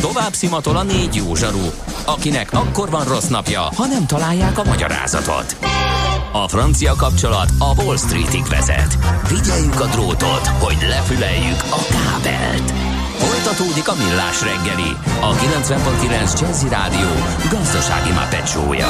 tovább szimatol a 4 jó zsaru, akinek akkor van rossz napja, ha nem találják a magyarázatot. A francia kapcsolat a Wall Streetig vezet. Figyeljük a drótot, hogy lefüleljük a kábelt. Folytatódik a Millás reggeli, a 90.9 Jazzy Rádió gazdasági mápecsója.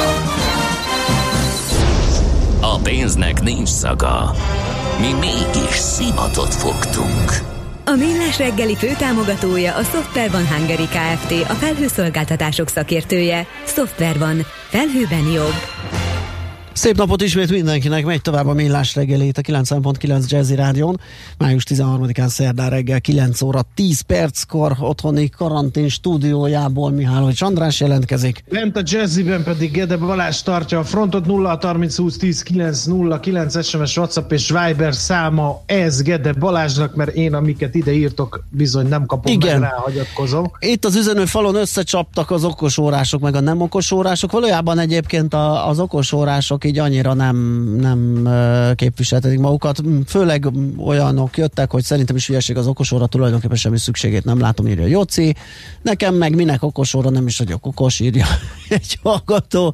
A pénznek nincs szaga. Mi mégis szimatot fogtunk. A Millás reggeli főtámogatója a Software One Hungary Kft. A felhőszolgáltatások szakértője. Software One. Felhőben jobb. Szép napot ismét mindenkinek, megy tovább a Millás reggelét a 90.9 Jazzy Rádión. Május 13-án szerdán reggel 9 óra 10 perckor otthoni karantén stúdiójából Mihálovics András jelentkezik. Bent a Jazzyben pedig Gede Balázs tartja a frontot. 0 30 20 10 9 0 9 SMS, WhatsApp és Viber száma ez Gede Balázsnak, mert én amiket ide írtok bizony nem kapom. Igen. Meg ráhagyatkozom. Itt az üzenőfalon összecsaptak az okosórások meg a nem okosórások. Valójában egyébként az okosórások így annyira nem képviseltetik magukat. Főleg olyanok jöttek, hogy szerintem is hülyeség az okosóra, tulajdonképpen semmi szükségét nem látom, írja Jóci. Nekem meg minek okosóra, nem is vagyok okos, írja egy hallgató.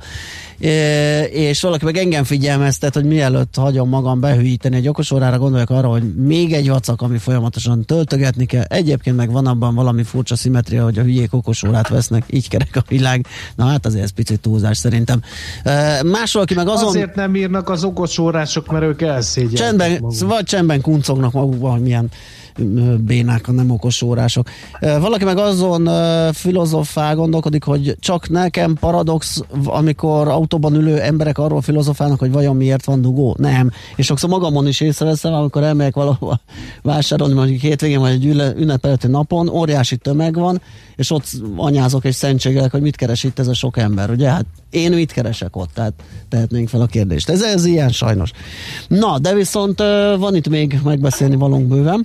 És valaki meg engem figyelmeztet, hogy mielőtt hagyom magam behűíteni egy okosórára, gondoljak arra, hogy még egy vacak, ami folyamatosan töltögetni kell. Egyébként meg van abban valami furcsa szimmetria, hogy a hülyék okosórát vesznek, így kerek a világ. Na hát azért ez picit túlzás szerintem. Más valaki meg azon... Azért nem írnak az okosórások, mert ők elszégyelik. Vagy csendben kuncognak magukban, hogy milyen bénák a nem okos órások. Valaki meg azon filozofál, gondolkodik, hogy csak nekem paradox, amikor autóban ülő emberek arról filozofálnak, hogy vajon miért van dugó? Nem. És sokszor magamon is észreveszem, amikor elmegyek valahova vásárolni, mondjuk hétvégén vagy egy ünnepeleti napon, óriási tömeg van, és ott anyázok és szentségelek, hogy mit keres itt ez a sok ember, ugye? Hát én mit keresek ott? Tehát tehetnénk fel a kérdést. Ez ilyen sajnos. Na, de viszont van itt még megbeszélni valónk bőven.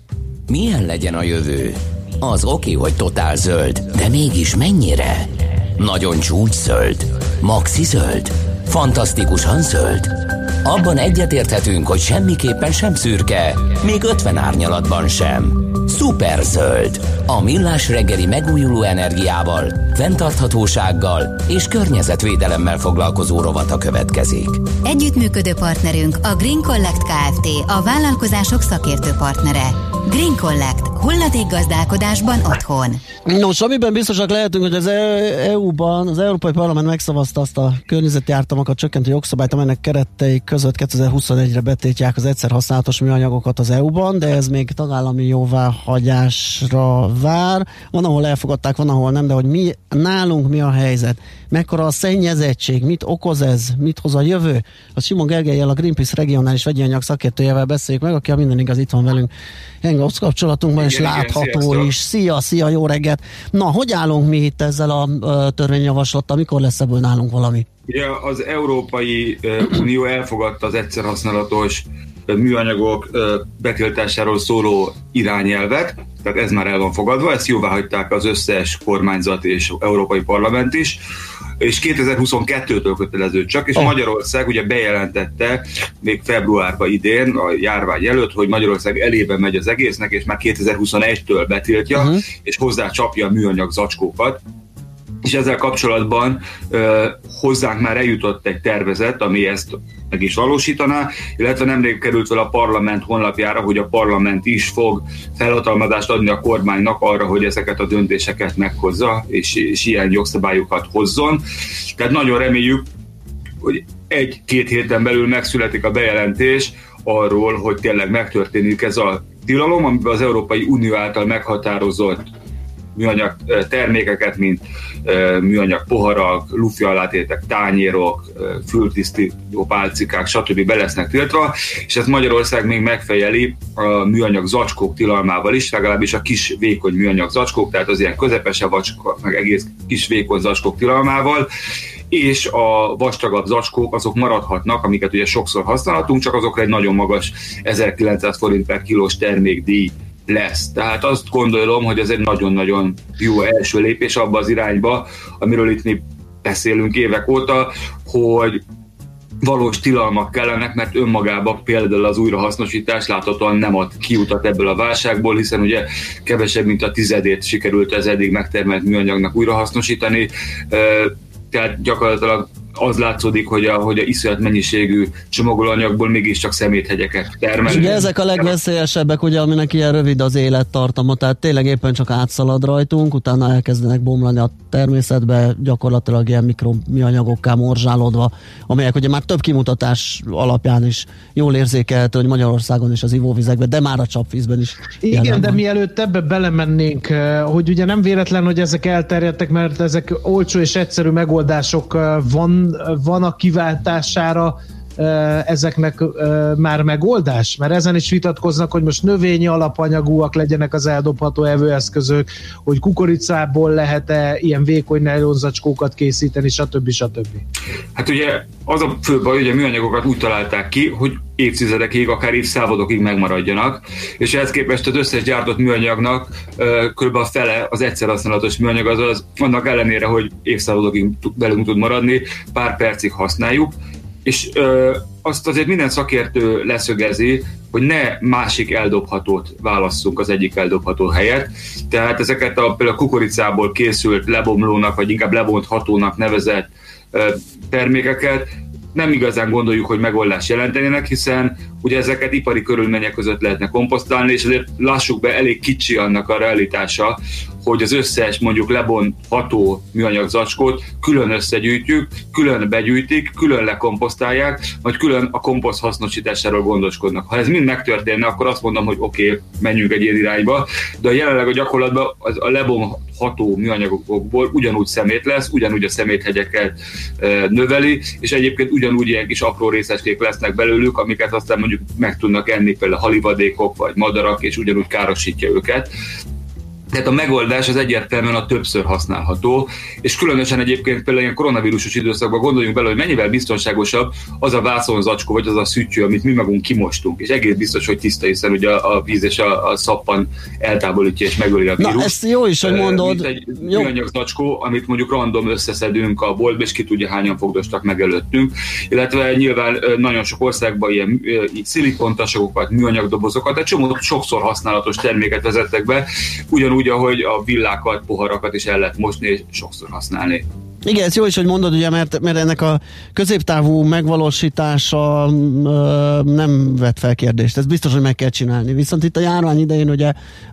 Milyen legyen a jövő? Az oké, hogy totál zöld, de mégis mennyire? Nagyon csúcszöld? Maxi zöld? Fantasztikusan zöld? Abban egyetérthetünk, hogy semmiképpen sem szürke, még 50 árnyalatban sem. Szuper zöld. A Millás reggeli megújuló energiával, fenntarthatósággal és környezetvédelemmel foglalkozó rovata következik. Együttműködő partnerünk a Green Collect Kft. A vállalkozások szakértő partnere. Green Collect. Hulladékgazdálkodásban otthon. Nos, amiben biztosak lehetünk, hogy az EU-ban, az Európai Parlament megszavazta azt a környezeti ártalmakat csökkentő jogszabályt, amelynek keretei között 2021-re betiltják az egyszer használatos műanyagokat az EU-ban, de ez még tagállami jóváhagyásra vár. Van, ahol elfogadták, van, ahol nem, de hogy nálunk mi a helyzet? Mekkora a szennyezettség? Mit okoz ez? Mit hoz a jövő? A Simon Gergellyel, a Greenpeace regionális vegyi anyag szakértőjével beszéljük meg, aki a minden igaz itt van velünk Hangouts kapcsolatunkban, és látható is. Szia, jó reggelt! Na, hogy állunk mi itt ezzel a törvényjavaslattal? Mikor lesz ebből nálunk valami? Ja, az Európai Unió elfogadta az egyszerhasználatos műanyagok betiltásáról szóló irányelvet, tehát ez már el van fogadva, ezt jóváhagyták az összes kormányzat és Európai Parlament is, és 2022-től kötelező csak, és Magyarország ugye bejelentette még februárban idén, a járvány előtt, hogy Magyarország elébe megy az egésznek, és már 2021-től betiltja, és hozzácsapja a műanyag zacskókat. És ezzel kapcsolatban hozzánk már eljutott egy tervezet, ami ezt meg is valósítaná, illetve nemrég került fel a parlament honlapjára, hogy a parlament is fog felhatalmazást adni a kormánynak arra, hogy ezeket a döntéseket meghozza, és ilyen jogszabályokat hozzon. Tehát nagyon reméljük, hogy 1-2 héten belül megszületik a bejelentés arról, hogy tényleg megtörténik ez a tilalom, amiben az Európai Unió által meghatározott műanyag termékeket, mint műanyag poharak, lufi alátétek, tányérok, fültisztító pálcikák, stb. Be lesznek tiltva, és ezt Magyarország még megfejeli a műanyag zacskók tilalmával is, legalábbis a kis vékony műanyag zacskók, tehát az ilyen közepesebb zacskók, meg egész kis vékony zacskók tilalmával, és a vastagabb zacskók azok maradhatnak, amiket ugye sokszor használhatunk, csak azokra egy nagyon magas 1900 forint per kilós termékdíj lesz. Tehát azt gondolom, hogy ez egy nagyon-nagyon jó első lépés abba az irányba, amiről itt mi beszélünk évek óta, hogy valós tilalmak kellenek, mert önmagában például az újrahasznosítás láthatóan nem ad kiutat ebből a válságból, hiszen ugye kevesebb, mint a 10% sikerült az eddig megtermelt műanyagnak újrahasznosítani, tehát gyakorlatilag az látszódik, hogy a iszonyat mennyiségű csomagolóanyagból mégiscsak szeméthegyeket termel. Ugye ezek a legveszélyesebbek, ugye, aminek ilyen rövid az élettartama, tehát tényleg éppen csak átszalad rajtunk, utána elkezdenek bomlani a természetbe, gyakorlatilag ilyen mikroműanyagokká morzsálódva, amelyek ugye már több kimutatás alapján is jól érzékelhető, hogy Magyarországon is az ivóvizekben, de már a csapvízben is. Igen, de mielőtt ebbe belemennénk, hogy ugye nem véletlen, hogy ezek elterjedtek, mert ezek olcsó és egyszerű megoldások van a kiváltására ezeknek már megoldás? Mert ezen is vitatkoznak, hogy most növényi alapanyagúak legyenek az eldobható evőeszközök, hogy kukoricából lehet-e ilyen vékony nejlonzacskókat készíteni, stb. Hát ugye az a fő baj, hogy a műanyagokat úgy találták ki, hogy évtizedekig, akár évszázadokig megmaradjanak, és ehhez képest az összes gyártott műanyagnak kb. A fele az egyszerhasználatos műanyag, azaz annak ellenére, hogy évszázadokig belünk tud maradni, pár percig használjuk, és azt azért minden szakértő leszögezi, hogy ne másik eldobhatót válasszunk az egyik eldobható helyet. Tehát ezeket például a kukoricából készült lebomlónak, vagy inkább lebonthatónak nevezett termékeket nem igazán gondoljuk, hogy megoldást jelentenének, hiszen ugye ezeket ipari körülmények között lehetne komposztálni, és azért lássuk be, elég kicsi annak a realitása, hogy az összes mondjuk lebontható műanyag zacskót külön összegyűjtjük, külön begyűjtik, külön lekomposztálják, vagy külön a komposzt hasznosításáról gondoskodnak. Ha ez mind megtörténne, akkor azt mondom, hogy oké, menjünk egy ilyen irányba, de jelenleg a gyakorlatban a lebontható műanyagokból ugyanúgy szemét lesz, ugyanúgy a szeméthegyeket növeli, és egyébként ugyanúgy ilyen kis apró részecskék lesznek belőlük, amiket aztán mondjuk meg tudnak enni például halivadékok vagy madarak, és ugyanúgy károsítja őket. Tehát a megoldás az egyértelműen a többször használható, és különösen egyébként például ilyen koronavírusos időszakban gondoljunk bele, hogy mennyivel biztonságosabb az a vászonzacskó, vagy az a szüttyő, amit mi magunk kimostunk, és egész biztos, hogy tiszta, hiszen ugye a víz és a szappan eltávolítja és megöli a vírus. Na, ezt jó is, hogy mondod. Mint egy műanyag zacskó, amit mondjuk random összeszedünk a boltba, és ki tudja, hányan fogdostak meg előttünk. Illetve nyilván nagyon sok országban ilyen szilikontasagokat, műanyag dobozokat, egy csomó sokszor használatos terméket vezettek be, ugyanúgy, ahogy a villákat, poharakat is el lehet mosni és sokszor használni. Igen, ez jó is, hogy mondod, ugye, mert ennek a középtávú megvalósítása nem vet fel kérdést. Ez biztos, hogy meg kell csinálni. Viszont itt a járvány idején ugye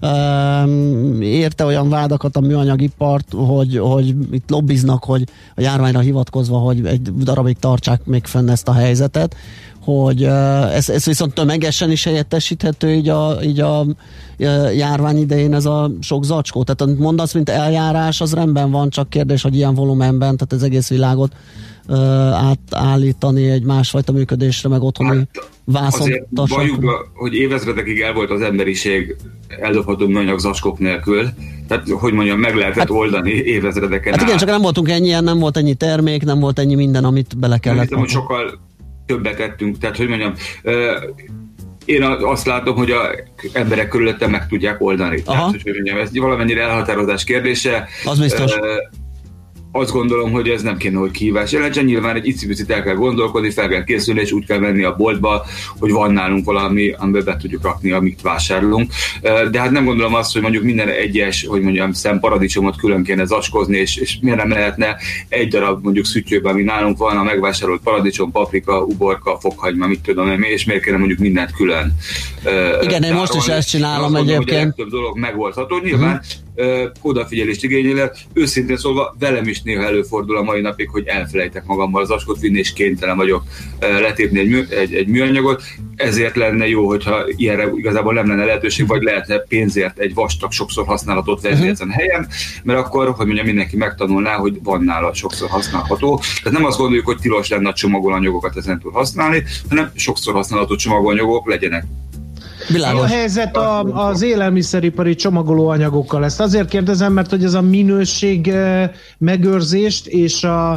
érte olyan vádakat a műanyagipart, hogy itt lobbiznak, hogy a járványra hivatkozva, hogy egy darabig tartsák még fenn ezt a helyzetet, hogy ez viszont tömegesen is helyettesíthető így a járvány idején ez a sok zacskó. Tehát amit mondasz, mint eljárás, az rendben van, csak kérdés, hogy ilyen volumenben, tehát az egész világot átállítani egy másfajta működésre, meg otthoni vászontasakra. Azért valljuk, hogy évezredekig el volt az emberiség eldobható műanyag zacskók nélkül. Tehát, hogy mondjam, meg lehetett oldani évezredeken át. Igen, csak nem voltunk ennyien, nem volt ennyi termék, nem volt ennyi minden, amit bele kellett. Hiszem, hogy sokkal többet tettünk. Tehát, hogy mondjam, én azt látom, hogy az emberek körülöttem meg tudják oldani. Tehát, hogy mondjam, ez valamennyire elhatározás kérdése. Az biztos. Azt gondolom, hogy ez nem kéne, hogy kihívás jelentsen. Nyilván egy icipicit el kell gondolkodni, fel kell készülni, és úgy kell menni a boltba, hogy van nálunk valami, amiben be tudjuk rakni, amit vásárolunk. De hát nem gondolom azt, hogy mondjuk minden egyes, hogy mondjam, szemparadicsomot külön kéne zacskózni, és miért nem lehetne egy darab mondjuk szüttyőben, ami nálunk van, a megvásárolt paradicsom, paprika, uborka, fokhagyma, mit tudom én, és miért kéne mondjuk mindent külön. Igen, én most is ezt csinálom egyébként. Több dolog megoldható. Nyilván odafigyelést igényel. Őszintén szólva velem is néha előfordul a mai napig, hogy elfelejtek magammal az zacskót vinni, és kénytelen vagyok letépni egy műanyagot. Ezért lenne jó, hogyha ilyenre igazából nem lenne lehetőség, vagy lehetne pénzért egy vastag, sokszor használatot venni ezen a helyen, mert akkor, hogy mondjam, mindenki megtanulná, hogy van nála sokszor használható. Tehát nem azt gondoljuk, hogy tilos lenne a csomagolóanyagokat ezentúl használni, hanem sokszor használható csomagolóanyagok legyenek. Világos. Mi a helyzet az élelmiszeripari csomagolóanyagokkal? Ezt azért kérdezem, mert hogy ez a minőség megőrzést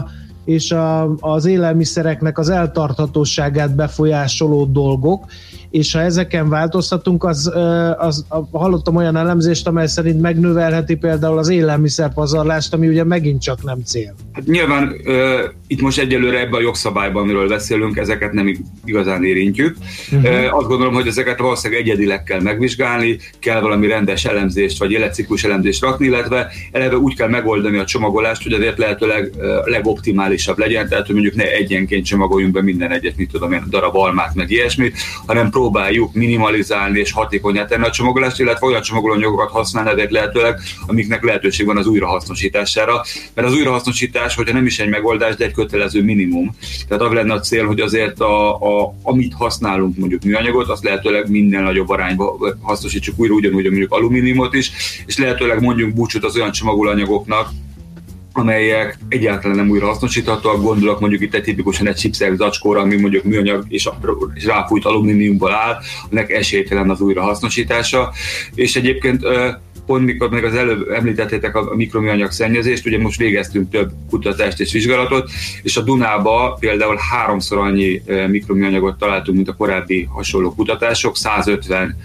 és az élelmiszereknek az eltarthatóságát befolyásoló dolgok, és ha ezeken változtatunk, hallottam olyan elemzést, amely szerint megnövelheti például az élelmiszerpazarlást, ami ugye megint csak nem cél. Hát nyilván itt most egyelőre ebben a jogszabályban, amiről beszélünk, ezeket nem igazán érintjük. Azt gondolom, hogy ezeket valószínűleg egyedileg kell megvizsgálni, kell valami rendes elemzést, vagy életciklus elemzést rakni, illetve eleve úgy kell megoldani a csomagolást, hogy azért lehetőleg legoptimálisabb legyen, tehát hogy mondjuk ne egyenként csomagoljunk be minden egyet, mit tudom én, darab almát, meg ilyesmit, hanem próbáljuk minimalizálni és hatékonyá tenni a csomagolást, illetve olyan csomagolóanyagokat használni lehetőleg, amiknek lehetőség van az újrahasznosítására. Mert az újrahasznosítás, hogyha nem is egy megoldás, de egy kötelező minimum. Tehát az lenne a cél, hogy azért amit használunk, mondjuk műanyagot, azt lehetőleg minden nagyobb arányba hasznosítsuk újra, ugyanúgy mondjuk alumíniumot is, és lehetőleg mondjunk búcsút az olyan csomagolóanyagoknak, amelyek egyáltalán nem újra hasznosíthatóak, gondolok mondjuk itt tipikusan egy chipsek zacskóra, ami mondjuk műanyag és ráfújt alumíniumból áll, aminek esélytelen az újrahasznosítása. És egyébként pont mikor még az előbb említettétek a mikroműanyag szennyezést, ugye most végeztünk több kutatást és vizsgálatot, és a Dunába például 3-szor annyi mikroműanyagot találtunk, mint a korábbi hasonló kutatások, 150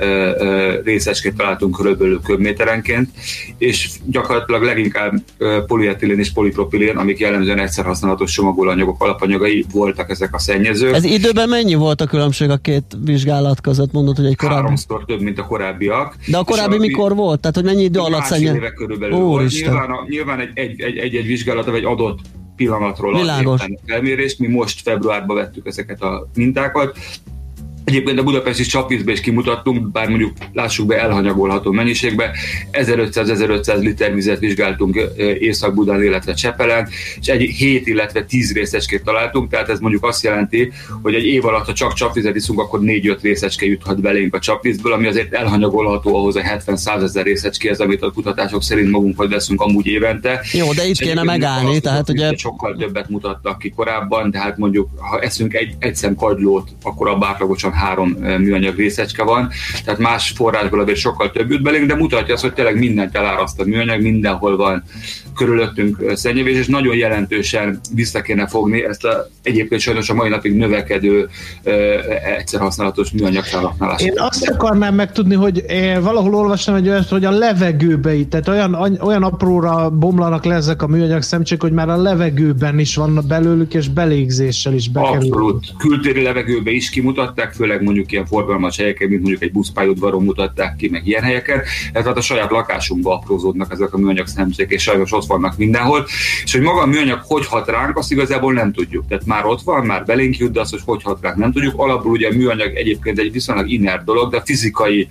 részecskét találtunk körülbelül köbméterenként, és gyakorlatilag leginkább polietilén és polipropilén, amik jellemzően egyszer használatos csomagolóanyagok alapanyagai voltak ezek a szennyezők. Ez időben mennyi volt a különbség a két vizsgálat között? Mondod, hogy egy korábbi... 3-szor több, mint a korábbiak. De a korábbi mikor volt? Tehát, hogy mennyi idő alatt szennyező? Évek körülbelül volt. Nyilván egy vizsgálat, vagy egy adott pillanatról a felmérést. Mi most februárban vettük ezeket a mintákat. Egyébként a budapesti csapvízbe is kimutattunk, bár mondjuk lássuk be elhanyagolható mennyiségbe, 1500-1500 liter vizet vizsgáltunk Észak-Budán, illetve Csepelen, és egy 7, illetve 10 részecskét találtunk, tehát ez mondjuk azt jelenti, hogy egy év alatt, ha csak csapvizet iszunk, akkor 4-5 részecske juthat belénk a csapvízből, ami azért elhanyagolható ahhoz a 70-100 ezer részecskéhez, amit a kutatások szerint magunkhoz veszünk amúgy évente. Jó, de itt kéne megállni, tehát ugye... Sokkal többet mutattak ki korábban, de hát mondjuk, ha eszünk egy szem kagylót, akkor abban átlagosan 3 műanyag részecske van, tehát más forrásból azért sokkal több jut belénk, de mutatja azt, hogy tényleg mindent eláraszt a műanyag, mindenhol van körülöttünk szennyezés, és nagyon jelentősen vissza kéne fogni ezt egyébként sajnos a mai napig növekedő egyszer használatos műanyag felhasználást. Én azt akarnám megtudni, hogy valahol olvastam egy olyat, hogy a levegőbe, tehát olyan apróra bomlanak le ezek a műanyag szemcsék, hogy már a levegőben is vannak belőlük, és belégzéssel is bekerül. Abszolút. Kültéri levegőbe is kimutatták, főleg mondjuk ilyen forgalmas helyeken, mint mondjuk egy buszpályaudvaron mutatták ki, meg ilyen helyeken. Tehát a saját lakásunkba aprózódnak ezek a műanyag szemcsék, és sajnos ott vannak mindenhol. És hogy maga a műanyag hogy hat ránk, azt igazából nem tudjuk. Tehát már ott van, már belénk jut, de azt, hogy hat ránk, nem tudjuk. Alapból ugye a műanyag egyébként egy viszonylag inert dolog, de a fizikai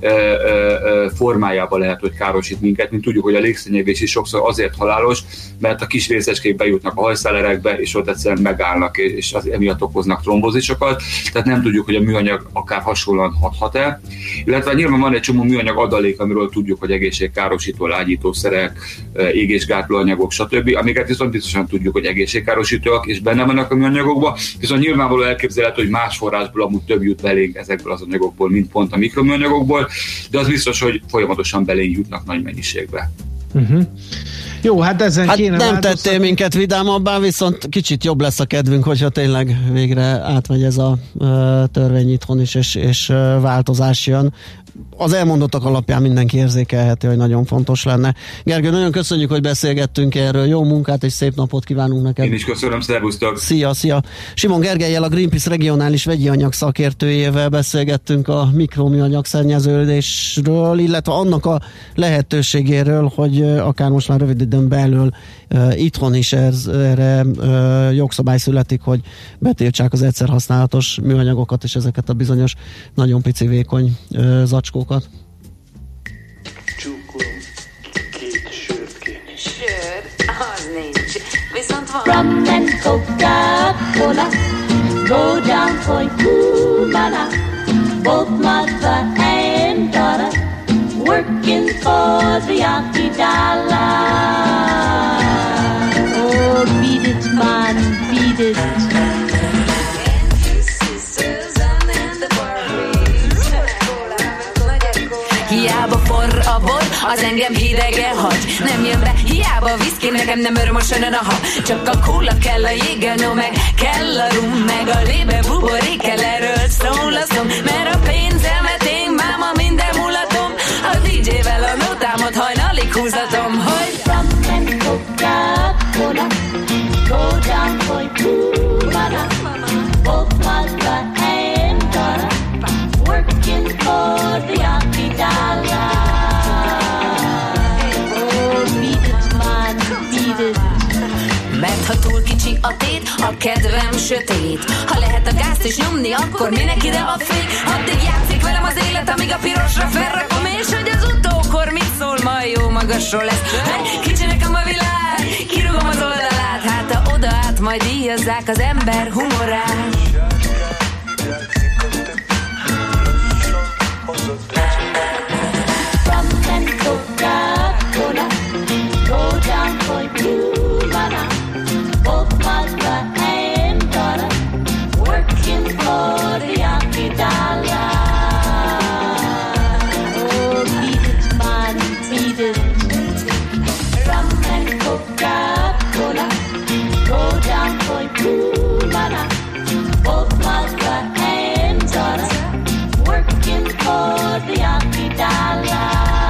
formájában lehet, hogy károsít minket, mint tudjuk, hogy a légszennyezés is sokszor azért halálos, mert a kis részecskék bejutnak a hajszálerekbe, és ott egyszerűen megállnak, és az emiatt okoznak trombózisokat. Tehát nem tudjuk, hogy a műanyag akár hasonlóan hathat-e. Illetve nyilván van egy csomó műanyag adalék, amiről tudjuk, hogy egészségkárosító, lágyítószerek, égésgátló anyagok, stb., amiket viszont biztosan tudjuk, hogy egészségkárosítóak, és benne vannak a műanyagokban, viszont nyilvánvalóan elképzelhető, hogy más forrásból amúgy több jut belénk ezekből az anyagokból, mint pont a mikroműanyagokból, de az biztos, hogy folyamatosan belénk jutnak nagy mennyiségbe. Jó, hát ezen kéne nem tettél minket vidámabbá, viszont kicsit jobb lesz a kedvünk, hogyha tényleg végre átmegy ez a törvény itthon is, és változás jön. Az elmondottak alapján mindenki érzékelheti, hogy nagyon fontos lenne. Gergő, nagyon köszönjük, hogy beszélgettünk erről. Jó munkát és szép napot kívánunk neked. Én is köszönöm, szervusztok! Szia! Simon Gergellyel, a Greenpeace regionális vegyi anyag szakértőjével beszélgettünk a mikroműanyag szennyeződésről, illetve annak a lehetőségéről, hogy akár most már rövid időn belül itthon is erre jogszabály születik, hogy betiltsák az egyszer használatos műanyagokat és ezeket a bizonyos nagyon pici vékony zacskókat. Csúkolom, két sört kéne. Sör? Az nincs. Viszont van. Rum and Coca-Cola, go down for Cubana, both mother and daughter, working for the Yankee dollar. Oh, beat it, man, beat it. Hiába forr a bor, az engem hidegen hagy. Nem jön be hiába a viszki, nekem nem öröm a sönön a hab. Csak a kóla kell, a jéggel, no meg kell a rum, meg a lébe buborék kell, erről szól a szom. Mert a pénzemet én máma minden mulatom, a DJ-vel a nótámat hajnalig húzatom, hogy Rum and Coca-Cola, go down for Cubana. Both mother and daughter, working for the Yankee dollar. Oh, beat it, man, beat it. mert ha túl kicsi a tét, a kedvem sötét. Ha lehet a gázt is nyomni, akkor minek ide a fény? Addig játszik velem az élet, amíg a pirosra felrakom, és hogy az utókor mit szól, majd jó magasról lesz. Hey, kicsi nekem a világ, kirúgom az oldalát, hát ha oda át, majd díjazzák az ember humorát. Rum and Coca-Cola, go down for Cubana. Both mother and daughter, working for the Yankee dollar. Oh, beat it, man, beat it. Rum and Coca-Cola, go down for Cubana. Both mother and daughter, working for the Yankee dollar.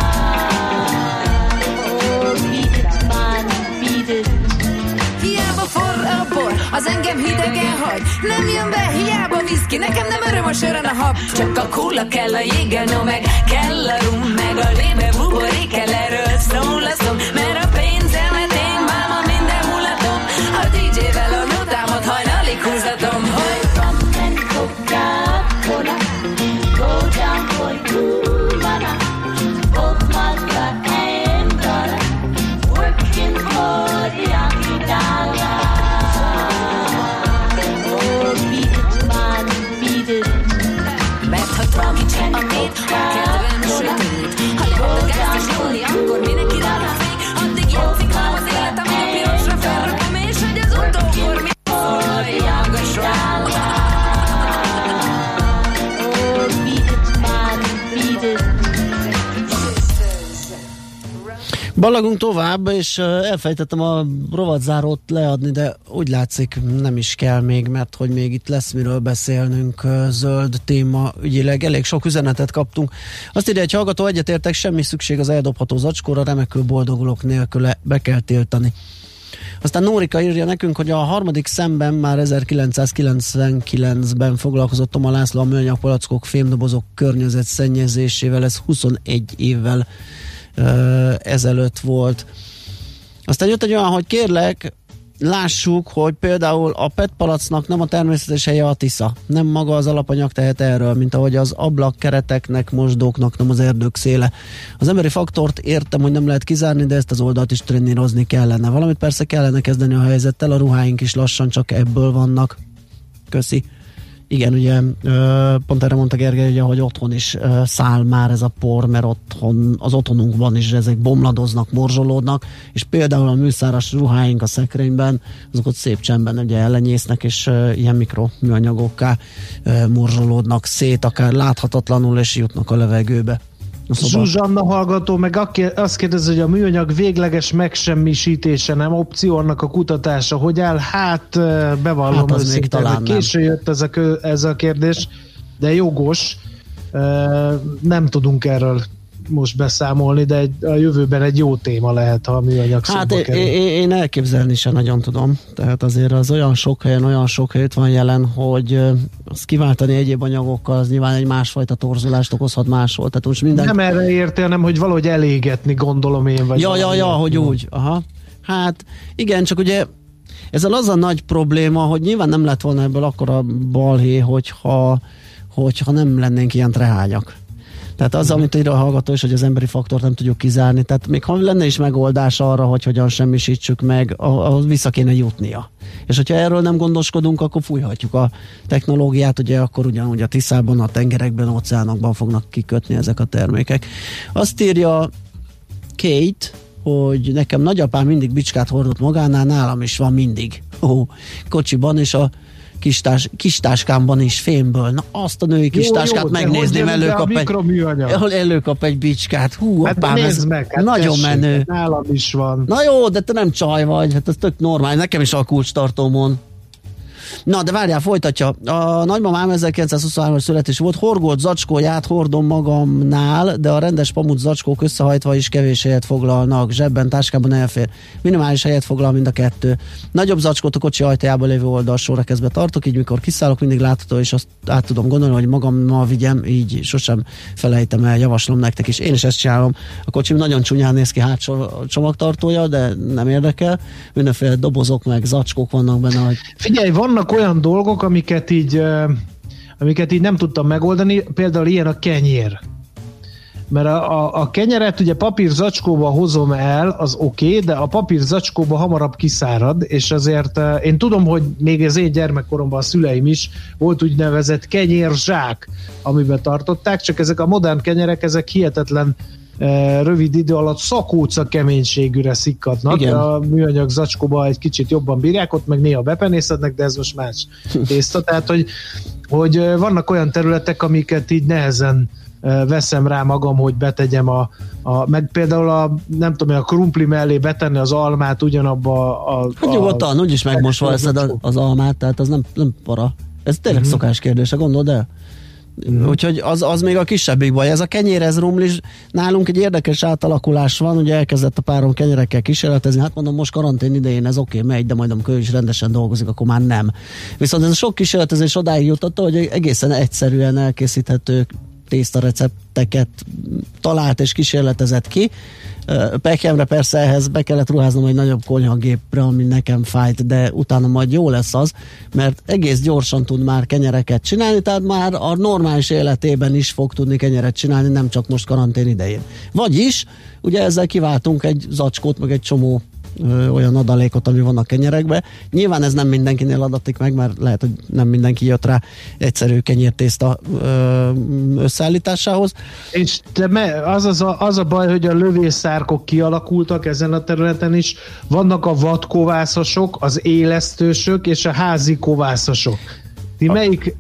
Oh, beat it, man, beat it. Hiába forr a bor, az engem hidegen hagy. Nem jön be hiába viszki, nekem nem öröm a sörön a hab. Csak a kóla kell, a jéggel, no meg kell a rum, meg a lébe buborék kell, erről szól a szom. Mert a pénzemet én máma minden mulatom, a DJ-vel a nótámat hajnalig húzatom, hogy Rum and Coca-Cola, go down for Cubana. Both mother and daughter, working for the Yankee dollar. Oh, beat it, man, beat it. mert ha túl kicsi a tét, a kedvem sötét. Ha lehet a gázt is nyomni, akkor minek ide a fény? Addig játszik velem az élet, amíg a pirosra felrakom, és hogy az utókor mit szól, majd jó magasról. Oh, beat it, man, beat it. Ballagunk tovább, és elfejtettem a rovatzárót leadni, de úgy látszik nem is kell még, mert hogy még itt lesz miről beszélnünk zöld téma ügyileg. Elég sok üzenetet kaptunk. Azt írja egy hallgató, egyetértek, semmi szükség az eldobható zacskóra, remekül boldogulok nélküle, be kell tiltani. Aztán Nórika írja nekünk, hogy a harmadik szemben már 1999-ben foglalkozott Toma László a műanyag palackok, fémdobozok környezetszennyezésével, ez 21 évvel ezelőtt volt. Aztán jött egy olyan, hogy kérlek, lássuk, hogy például a PET palacnak nem a természetes helye a Tisza. Nem maga az alapanyag tehet erről, mint ahogy az ablakkereteknek, mosdóknak nem az erdők széle. Az emberi faktort értem, hogy nem lehet kizárni, de ezt az oldalt is trénírozni kellene. Valamit persze kellene kezdeni a helyzettel, a ruháink is lassan csak ebből vannak. Köszi. Igen, ugye pont erre mondta Gergely, ugye, hogy otthon is száll már ez a por, mert az otthonunkban is ezek bomladoznak, morzsolódnak, és például a műszáras ruháink a szekrényben, azok ott szép csendben ugye ellenyésznek, és ilyen mikroműanyagokká morzsolódnak szét, akár láthatatlanul, és jutnak a levegőbe. Zsuzsanna hallgató meg azt kérdezi, hogy a műanyag végleges megsemmisítése nem opció, annak a kutatása hogy áll? Hát bevallom hát őszintén, hogy késő jött ez a kérdés, de jogos. Nem tudunk erről most beszámolni, de a jövőben egy jó téma lehet, ha a műanyag szóba kerül. Én elképzelni sem nagyon tudom. Tehát azért az olyan sok helyet van jelen, hogy azt kiváltani egyéb anyagokkal, az nyilván egy másfajta torzulást okozhat máshol. Tehát most minden... Nem erre értél, hanem hogy valahogy elégetni, gondolom én. Vagy hogy úgy. Aha. Hát igen, csak ugye ezzel az a nagy probléma, hogy nyilván nem lett volna ebből akkora balhé, hogyha nem lennénk ilyen trehányak. Tehát az, amit írja a hallgató is, hogy az emberi faktort nem tudjuk kizárni. Tehát még ha lenne is megoldás arra, hogy hogyan semmisítsük meg, ahhoz vissza kéne jutnia. És hogyha erről nem gondoskodunk, akkor fújhatjuk a technológiát, ugye akkor ugyanúgy a Tiszában, a tengerekben, óceánokban fognak kikötni ezek a termékek. Azt írja Kate, hogy nekem nagyapám mindig bicskát hordott magánál, nálam is van mindig. Kocsiban, és a kistáskámban is fémből. Na azt a női kistáskát megnézném, előkap egy bicskát. Hú, hát apám, ez meg, nagyon menő. Nálam is van. Na jó, de te nem csaj vagy, hát ez tök normális, nekem is a kulcstartómon. Na, de várjál, folytatja. A nagymamám 1923-as születés volt, horgolt zacskóját hordom magamnál, de a rendes pamut zacskók összehajtva is kevés helyet foglalnak. Zsebben, táskában elfér. Minimális helyet foglal mind a kettő. Nagyobb zacskót a kocsi ajtajában lévő oldalsóra kezdve tartok, így mikor kiszállok, mindig látható, és azt át tudom gondolni, hogy magammal vigyem, így sosem felejtem el, javaslom nektek is. Én is ezt csinálom. A kocsim nagyon csúnyán néz ki hátsó csomagtartója, de nem érdekel. Mindenféle dobozok meg zacskók vannak benne. Hogy... Figyelj, vannak olyan dolgok, amiket így nem tudtam megoldani, például ilyen a kenyér. Mert a kenyeret ugye papír zacskóba hozom el, az oké, de a papír zacskóba hamarabb kiszárad, és azért én tudom, hogy még az én gyermekkoromban a szüleim is volt úgynevezett kenyérzsák, amiben tartották, csak ezek a modern kenyerek, ezek hihetetlen rövid idő alatt szakóca keménységűre szikkadnak. Igen. A műanyag zacskóba egy kicsit jobban bírják, ott meg néha bepenészednek, de ez most más tészta. Tehát, hogy vannak olyan területek, amiket így nehezen veszem rá magam, hogy betegyem meg például nem tudom, a krumpli mellé betenni az almát ugyanabba hát nyugodtan, úgyis megmosva eszed az almát, tehát az nem para. Ez tényleg szokás kérdése, gondold el? Úgyhogy az még a kisebbik baj. Ez a kenyér, ez rumlis, nálunk egy érdekes átalakulás van, ugye elkezdett a párom kenyerekkel kísérletezni, hát mondom, most karantén idején ez oké, megy, de majd amikor ő is rendesen dolgozik, akkor már nem. Viszont ez a sok kísérletezés odáig jutott, hogy egészen egyszerűen elkészíthető tésztarecepteket talált és kísérletezett ki. Pekjemre persze ehhez be kellett ruháznom egy nagyobb konyhagépre, ami nekem fájt, de utána majd jó lesz az, mert egész gyorsan tud már kenyereket csinálni, tehát már a normális életében is fog tudni kenyeret csinálni, nem csak most karantén idején. Vagyis, ugye ezzel kiváltunk egy zacskót, meg egy csomó olyan adalékot, ami van a kenyerekbe. Nyilván ez nem mindenkinél adatik meg, mert lehet, hogy nem mindenki jött rá egyszerű kenyértészta összeállításához. És az a baj, hogy a lövészárkok kialakultak ezen a területen is. Vannak a vadkovászosok, az élesztősök és a házi kovászosok. Ti melyik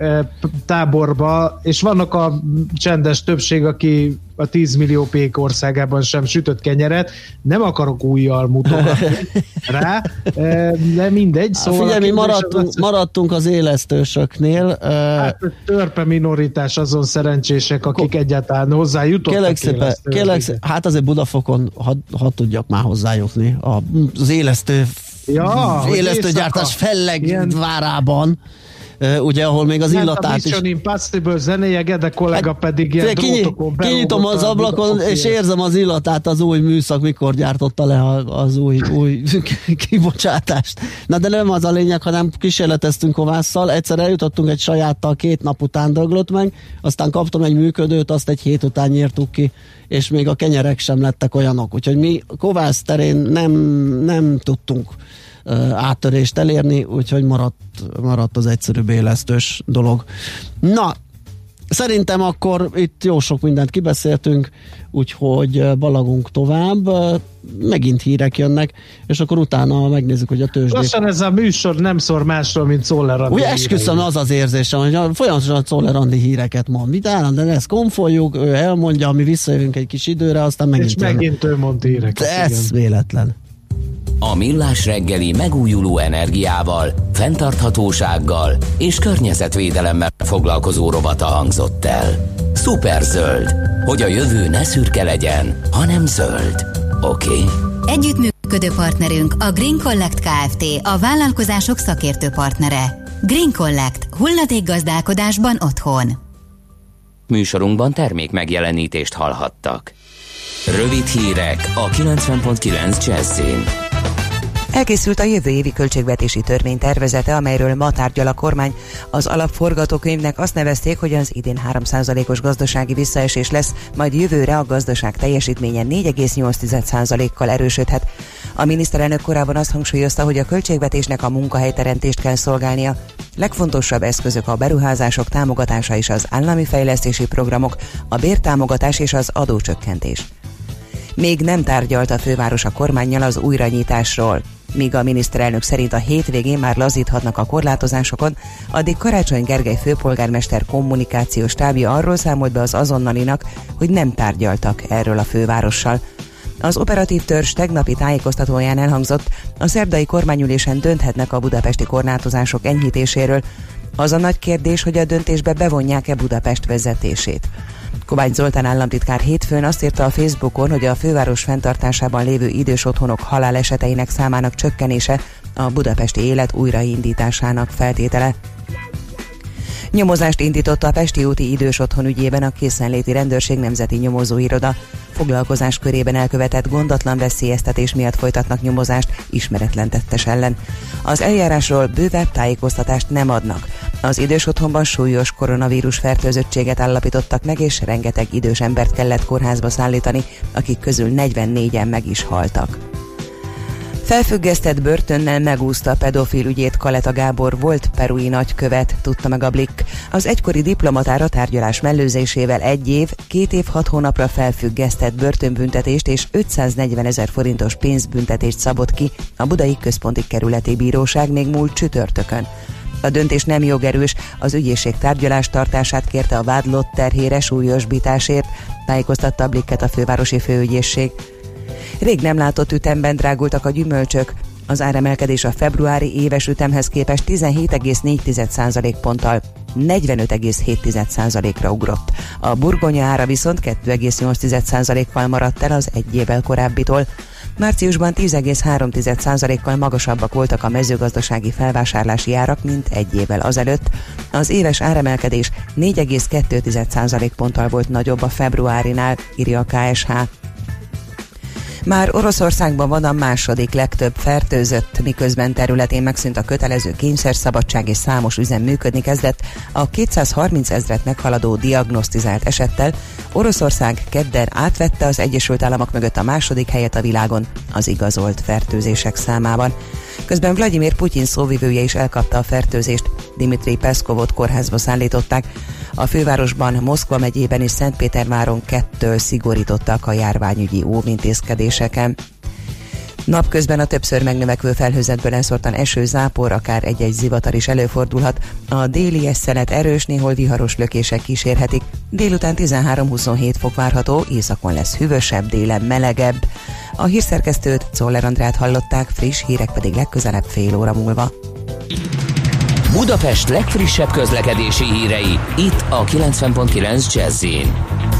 táborba, és vannak a csendes többség, aki a 10 millió pék országában sem sütött kenyeret, nem akarok újjal mutogatni rá, de mindegy. Szóval figyelj, mi maradtunk az élesztősöknél. Hát törpe minoritás azon szerencsések, akik egyáltalán hozzájutottak élesztőség. Hát azért Budafokon, ha tudjak már hozzájutni, az élesztőgyártás Felleg várában, ugye, ahol még az illatát is... Mission Impossible zenéje, Gede kollega pedig ilyen drótokon kinyitom az ablakon, és érzem az illatát, az új műszak, mikor gyártotta le az új kibocsátást. Na de nem az a lényeg, hanem kísérleteztünk kovásszal, egyszer eljutottunk egy sajáttal, 2 nap után döglött meg, aztán kaptam egy működőt, azt egy hét után nyírtuk ki, és még a kenyerek sem lettek olyanok. Úgyhogy mi kovász terén nem tudtunk áttörést elérni, úgyhogy maradt az egyszerűbb élesztős dolog. Na, szerintem akkor itt jó sok mindent kibeszéltünk, úgyhogy balagunk tovább, megint hírek jönnek, és akkor utána megnézzük, hogy a tőzsdét... Lassan ez a műsor nem szól másról, mint Czoller Andi. Ugye esküszöm, az érzésem, hogy folyamatosan Czoller Andi híreket mond. De ezt konfoljuk, ő elmondja, mi visszajövünk egy kis időre, aztán megint... És megint ő mond híreket. Ez véletlen. A Millás reggeli megújuló energiával, fenntarthatósággal és környezetvédelemmel foglalkozó rovata hangzott el. Szuperzöld, hogy a jövő ne szürke legyen, hanem zöld. Oké? Együttműködő partnerünk a Green Collect Kft., a vállalkozások szakértő partnere. Green Collect. Hulladékgazdálkodásban otthon. Műsorunkban termék megjelenítést hallhattak. Rövid hírek a 90.9 Jazzin. Elkészült a jövő évi költségvetési törvénytervezete, amelyről ma tárgyal a kormány. Az alapforgatókönyvnek azt nevezték, hogy az idén 3%-os gazdasági visszaesés lesz, majd jövőre a gazdaság teljesítménye 4,8%-kal erősödhet. A miniszterelnök korábban azt hangsúlyozta, hogy a költségvetésnek a munkahelyteremtést kell szolgálnia. Legfontosabb eszközök a beruházások támogatása és az állami fejlesztési programok, a bértámogatás és az adócsökkentés. Még nem tárgyalt a főváros a kormánnyal az újranyitásról. Míg a miniszterelnök szerint a hétvégén már lazíthatnak a korlátozásokon, addig Karácsony Gergely főpolgármester kommunikációs stábja arról számolt be az azonnalinak, hogy nem tárgyaltak erről a fővárossal. Az operatív törzs tegnapi tájékoztatóján elhangzott, a szerdai kormányülésen dönthetnek a budapesti korlátozások enyhítéséről. Az a nagy kérdés, hogy a döntésbe bevonják-e Budapest vezetését. Kovács Zoltán államtitkár hétfőn azt írta a Facebookon, hogy a főváros fenntartásában lévő idős otthonok haláleseteinek számának csökkenése a budapesti élet újraindításának feltétele. Nyomozást indította a Pesti úti idős otthon ügyében a Készenléti Rendőrség Nemzeti Nyomozóiroda. Foglalkozás körében elkövetett gondatlan veszélyeztetés miatt folytatnak nyomozást ismeretlen tettes ellen. Az eljárásról bővebb tájékoztatást nem adnak. Az idős otthonban súlyos koronavírus fertőzöttséget állapítottak meg, és rengeteg idős embert kellett kórházba szállítani, akik közül 44-en meg is haltak. Felfüggesztett börtönnel megúszta a pedofil ügyét Kaleta Gábor volt perui nagykövet, tudta meg a Blick. Az egykori diplomatára tárgyalás mellőzésével 1 év, 2 év 6 hónapra felfüggesztett börtönbüntetést és 540 000 forintos pénzbüntetést szabott ki a Budai Központi Kerületi Bíróság még múlt csütörtökön. A döntés nem jogerős, az ügyészség tárgyalástartását kérte a vádlott terhére súlyosbításért, tájékoztatta a Blicket a fővárosi főügyészség. Rég nem látott ütemben drágultak a gyümölcsök. Az áremelkedés a februári éves ütemhez képest 17,4% ponttal 45,7%-ra ugrott. A burgonya ára viszont 2,8%-kal maradt el az egy évvel korábbitól. Márciusban 10,3%-kal magasabbak voltak a mezőgazdasági felvásárlási árak, mint egy évvel azelőtt. Az éves áremelkedés 4,2% ponttal volt nagyobb a februárinál, írja a KSH. Már Oroszországban van a második legtöbb fertőzött, miközben területén megszűnt a kötelező kényszerszabadság és számos üzem működni kezdett. A 230 000-et meghaladó diagnosztizált esettel Oroszország kedden átvette az Egyesült Államok mögött a második helyet a világon az igazolt fertőzések számában. Közben Vladimir Putyin szóvivője is elkapta a fertőzést, Dmitri Peszkovot kórházba szállították. A fővárosban, Moszkva megyében és Szentpéterváron 2 szigorítottak a járványügyi óvintézkedéseken. Napközben a többször megnövekvő felhőzetből elszórtan eső, zápor, akár egy-egy zivatar is előfordulhat. A déli eszelet erős, néhol viharos lökések kísérhetik. Délután 13-27 fok várható, északon lesz hűvösebb, délen melegebb. A hírszerkesztőt, Czoller Andrát hallották, friss hírek pedig legközelebb fél óra múlva. Budapest legfrissebb közlekedési hírei, itt a 90.9 Jazz-in.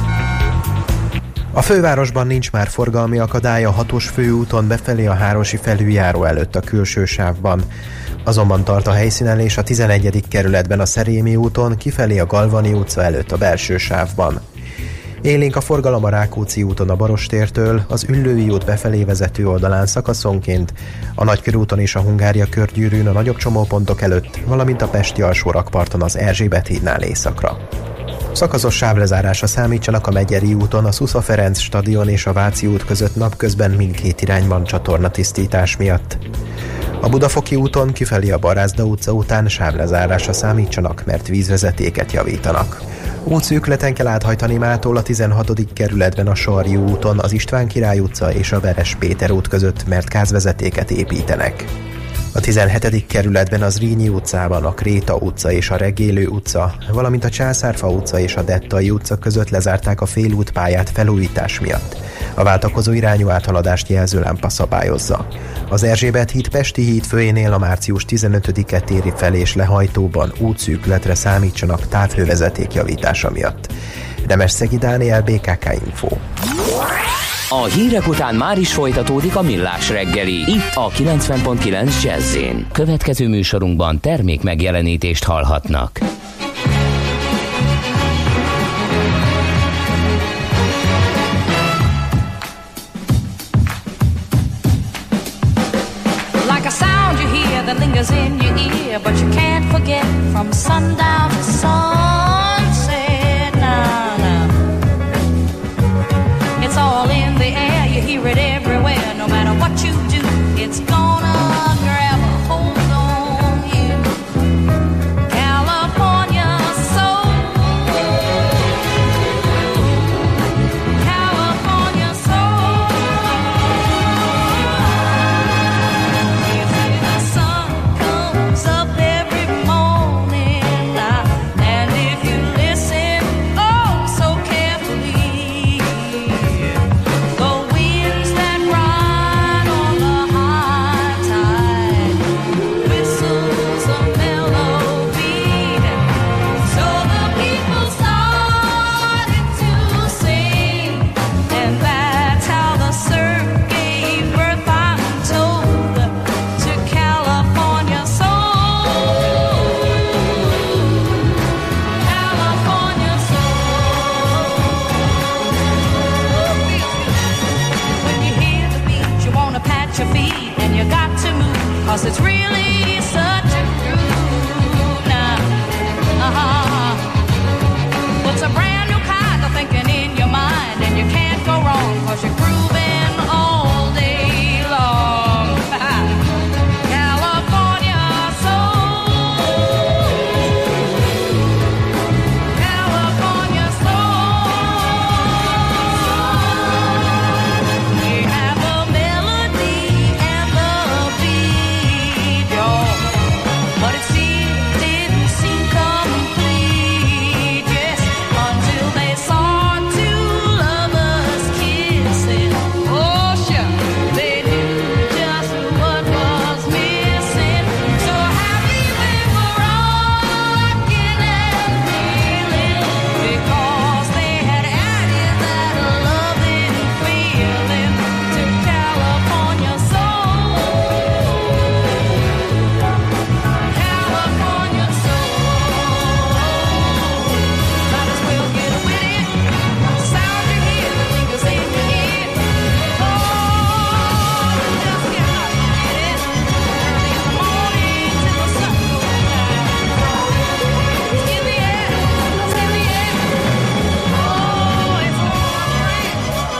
A fővárosban nincs már forgalmi akadály a 6-os főúton befelé a Hárosi felüljáró előtt a külső sávban. Azonban tart a helyszínelés a 11. kerületben a Szerémi úton, kifelé a Galvani utca előtt a belső sávban. Élénk a forgalom a Rákóczi úton a Barostértől, az Üllői út befelé vezető oldalán szakaszonként, a Nagykörúton és a Hungária körgyűrűn a nagyobb csomópontok előtt, valamint a Pesti alsórakparton az Erzsébet hídnál északra. Szakaszos sávlezárásra számítsanak a Megyeri úton, a Szusza Ferenc stadion és a Váci út között napközben mindkét irányban csatornatisztítás miatt. A Budafoki úton kifelé a Barázda utca után sávlezárásra számítsanak, mert vízvezetéket javítanak. Útszűkületen kell áthajtani mától a 16. kerületben a Sarjú úton, az István Király utca és a Veres Péter út között, mert gázvezetéket építenek. A 17. kerületben az Zrínyi utcában a Kréta utca és a Regélő utca, valamint a Császárfa utca és a Dettai utca között lezárták a félútpályát felújítás miatt. A váltakozó irányú áthaladást jelzőlámpa szabályozza. Az Erzsébet híd Pesti híd főjénél a március 15-e téri fel- és lehajtóban útszűkületre számítsanak távhővezeték javítása miatt. Nemesszegi Dániel, BKK Info. A hírek után már is folytatódik a Millás reggeli, itt a 90.9 Jazz-in. Következő műsorunkban termék megjelenítést hallhatnak. Like a sound you hear that lingers in your ear, but you can't forget from sundown to sunset. Now, now. It's all in the air, you hear it everywhere. No matter what you do, it's gonna grab a hold on you. California soul, California soul. 'cause it's really such a groove now. What's a brand new kind of thinking in your mind, and you can't go wrong 'cause you're grooving all day long. California soul, California soul. We have a melody and the beat, y'all, but it still didn't seem complete, yes, until they saw two lovers kissing. Oh, sure, they knew just what was missing. So happy we were rocking and feeling, because they had added that loving feeling to California soul. California soul. Might as well get with it. Sound you hear, the fingers in your ear. Oh, just get out and get it. Early in the morning till the sun goes down. It's in the air, it's in the air. Oh, it's alright.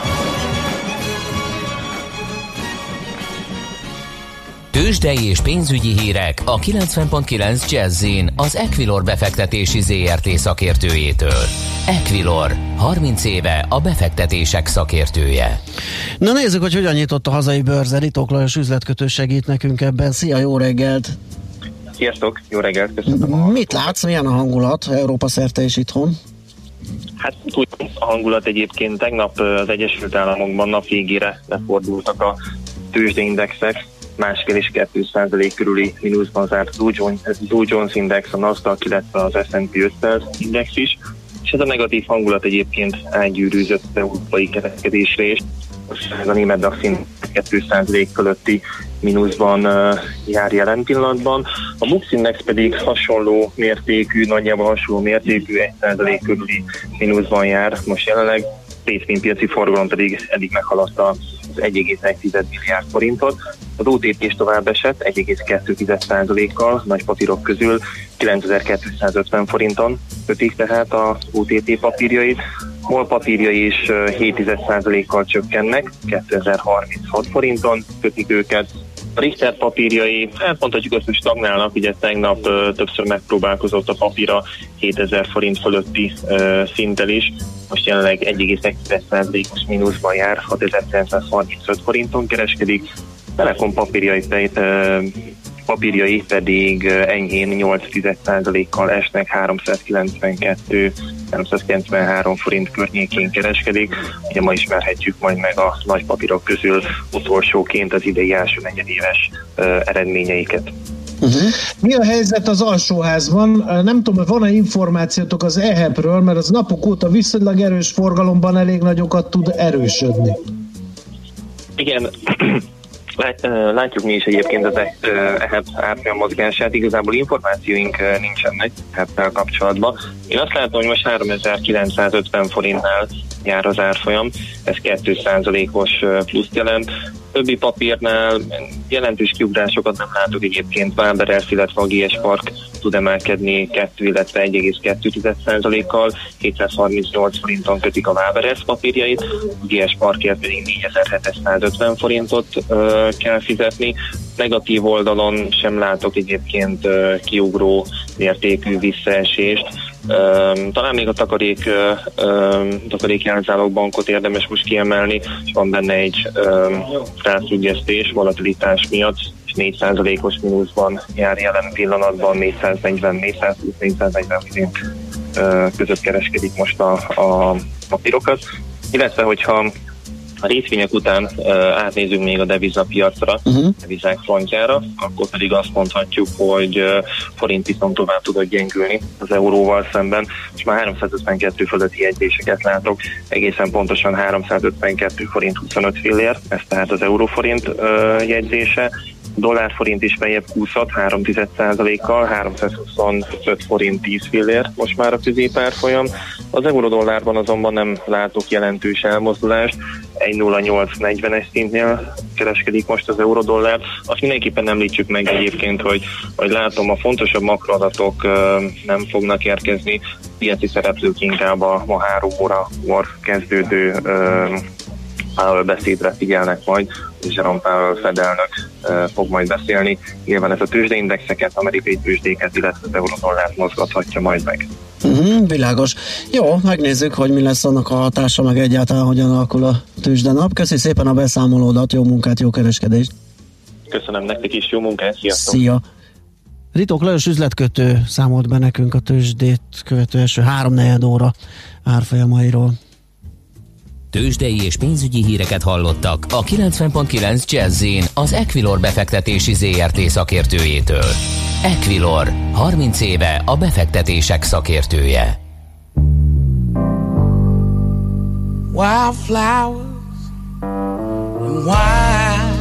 Tőzsdei és pénzügyi hírek a 90.9 Jazz-in az Equilor befektetési ZRT szakértőjétől. Equilor, 30 éve a befektetések szakértője. Na nézzük, hogy hogyan nyitott a hazai bőrze. Ritók Lajos üzletkötő segít nekünk ebben. Szia, jó reggelt! Sziasztok, jó reggelt, köszönöm. Mit látsz, milyen a hangulat Európa szerte és itthon? Hát úgy a hangulat egyébként tegnap az Egyesült Államokban napvégére lefordultak a tőzsdeindexek, 1,5 és 2% körüli mínuszban zárt Dow Jones Index, a Nasdaq, illetve az S&P 500 Index is, és ez a negatív hangulat egyébként átgyűrűzött az európai kereskedésre is. A német DAX 2% fölötti mínuszban jár jelen pillanatban. A MUX Index pedig hasonló mértékű, nagyjából hasonló mértékű 1% körüli mínuszban jár most jelenleg, részvénypiaci forgalom pedig eddig meghaladta az 1,1 milliárd forintot. Az OTP is tovább esett 1,2%-kal, nagy papírok közül 9250 forinton kötik tehát az OTP papírjait. MOL papírjai is 0,7%-kal csökkennek, 2036 forinton kötik őket. A Richter papírjai, mondhatjuk azt, hogy stagnálnak, ugye tegnap többször megpróbálkozott a papíra 7000 forint fölötti szinttel is, most jelenleg 1,1%-os mínuszban jár, 6935 forinton kereskedik. Telekom papírjai pedig enyhén 8,1%-kal esnek, 393 forint környékén kereskedik. Ugye ma ismerhetjük majd meg a nagy papírok közül utolsóként az idei első negyedéves eredményeiket. Mi a helyzet az alsóházban? Nem tudom, van-e információtok az EHEP-ről, mert az napok óta viszonylag erős forgalomban elég nagyokat tud erősödni. Igen, látjuk mi is egyébként az EHEP árfolyam mozgását, igazából információink nincsenek EHEP-tel kapcsolatban. Én azt látom, hogy most 3950 forintnál jár az árfolyam, ez 2%-os pluszt jelent. Többi papírnál jelentős kiugrásokat nem látok egyébként, Waberers, illetve a GS Park tud emelkedni 2, illetve 1,2%-kal, 738 forinton kötik a Waberers papírjait, a GS Parkért pedig 4750 forintot kell fizetni. Negatív oldalon sem látok egyébként kiugró mértékű visszaesést. Talán még a takarék jelzálók bankot érdemes most kiemelni, és van benne egy rászügyeztés volatilitás miatt, és 4%-os mínuszban jár jelen pillanatban, 440 forint között kereskedik most a papírokat, illetve hogyha a részvények után átnézünk még a devizapiacra, devizák frontjára, akkor pedig azt mondhatjuk, hogy forint viszont tovább tudott gyengülni az euróval szemben, és már 352 fölötti jegyzéseket látok, egészen pontosan 352 forint 25 fillér, ez tehát az euróforint jegyzése, Dollár-forint is feljebb kúszhat 0,3%-kal, 325 forint 10 fillér most már a középárfolyam. Az euró-dollárban azonban nem látok jelentős elmozdulást, 1,0840-es szintnél kereskedik most az euró-dollár. Azt mindenképpen említsük meg egyébként, hogy látom, a fontosabb makroadatok nem fognak érkezni, piaci szereplők inkább a ma 3 órakor kezdődő Powell beszédre figyelnek majd, és Jerome Powell Fed elnök fog majd beszélni. Nyilván ez a tőzsdeindexeket, amerikai tőzsdéket, illetve az euró-dollárt mozgathatja majd meg. Világos. Jó, megnézzük, hogy mi lesz annak a hatása, meg egyáltalán hogyan alakul a tőzsdenap. Köszi szépen a beszámolódat, jó munkát, jó kereskedést! Köszönöm nektek is, jó munkát, sziasztok! Szia! Ritók Lajos üzletkötő számolt be nekünk a tőzsdét követő első 3-4 óra árfolyamairól. Tőzsdei és pénzügyi híreket hallottak a 90.9 Jazz-in az Equilor befektetési ZRT szakértőjétől. Equilor, 30 éve a befektetések szakértője. Wildflowers and wine,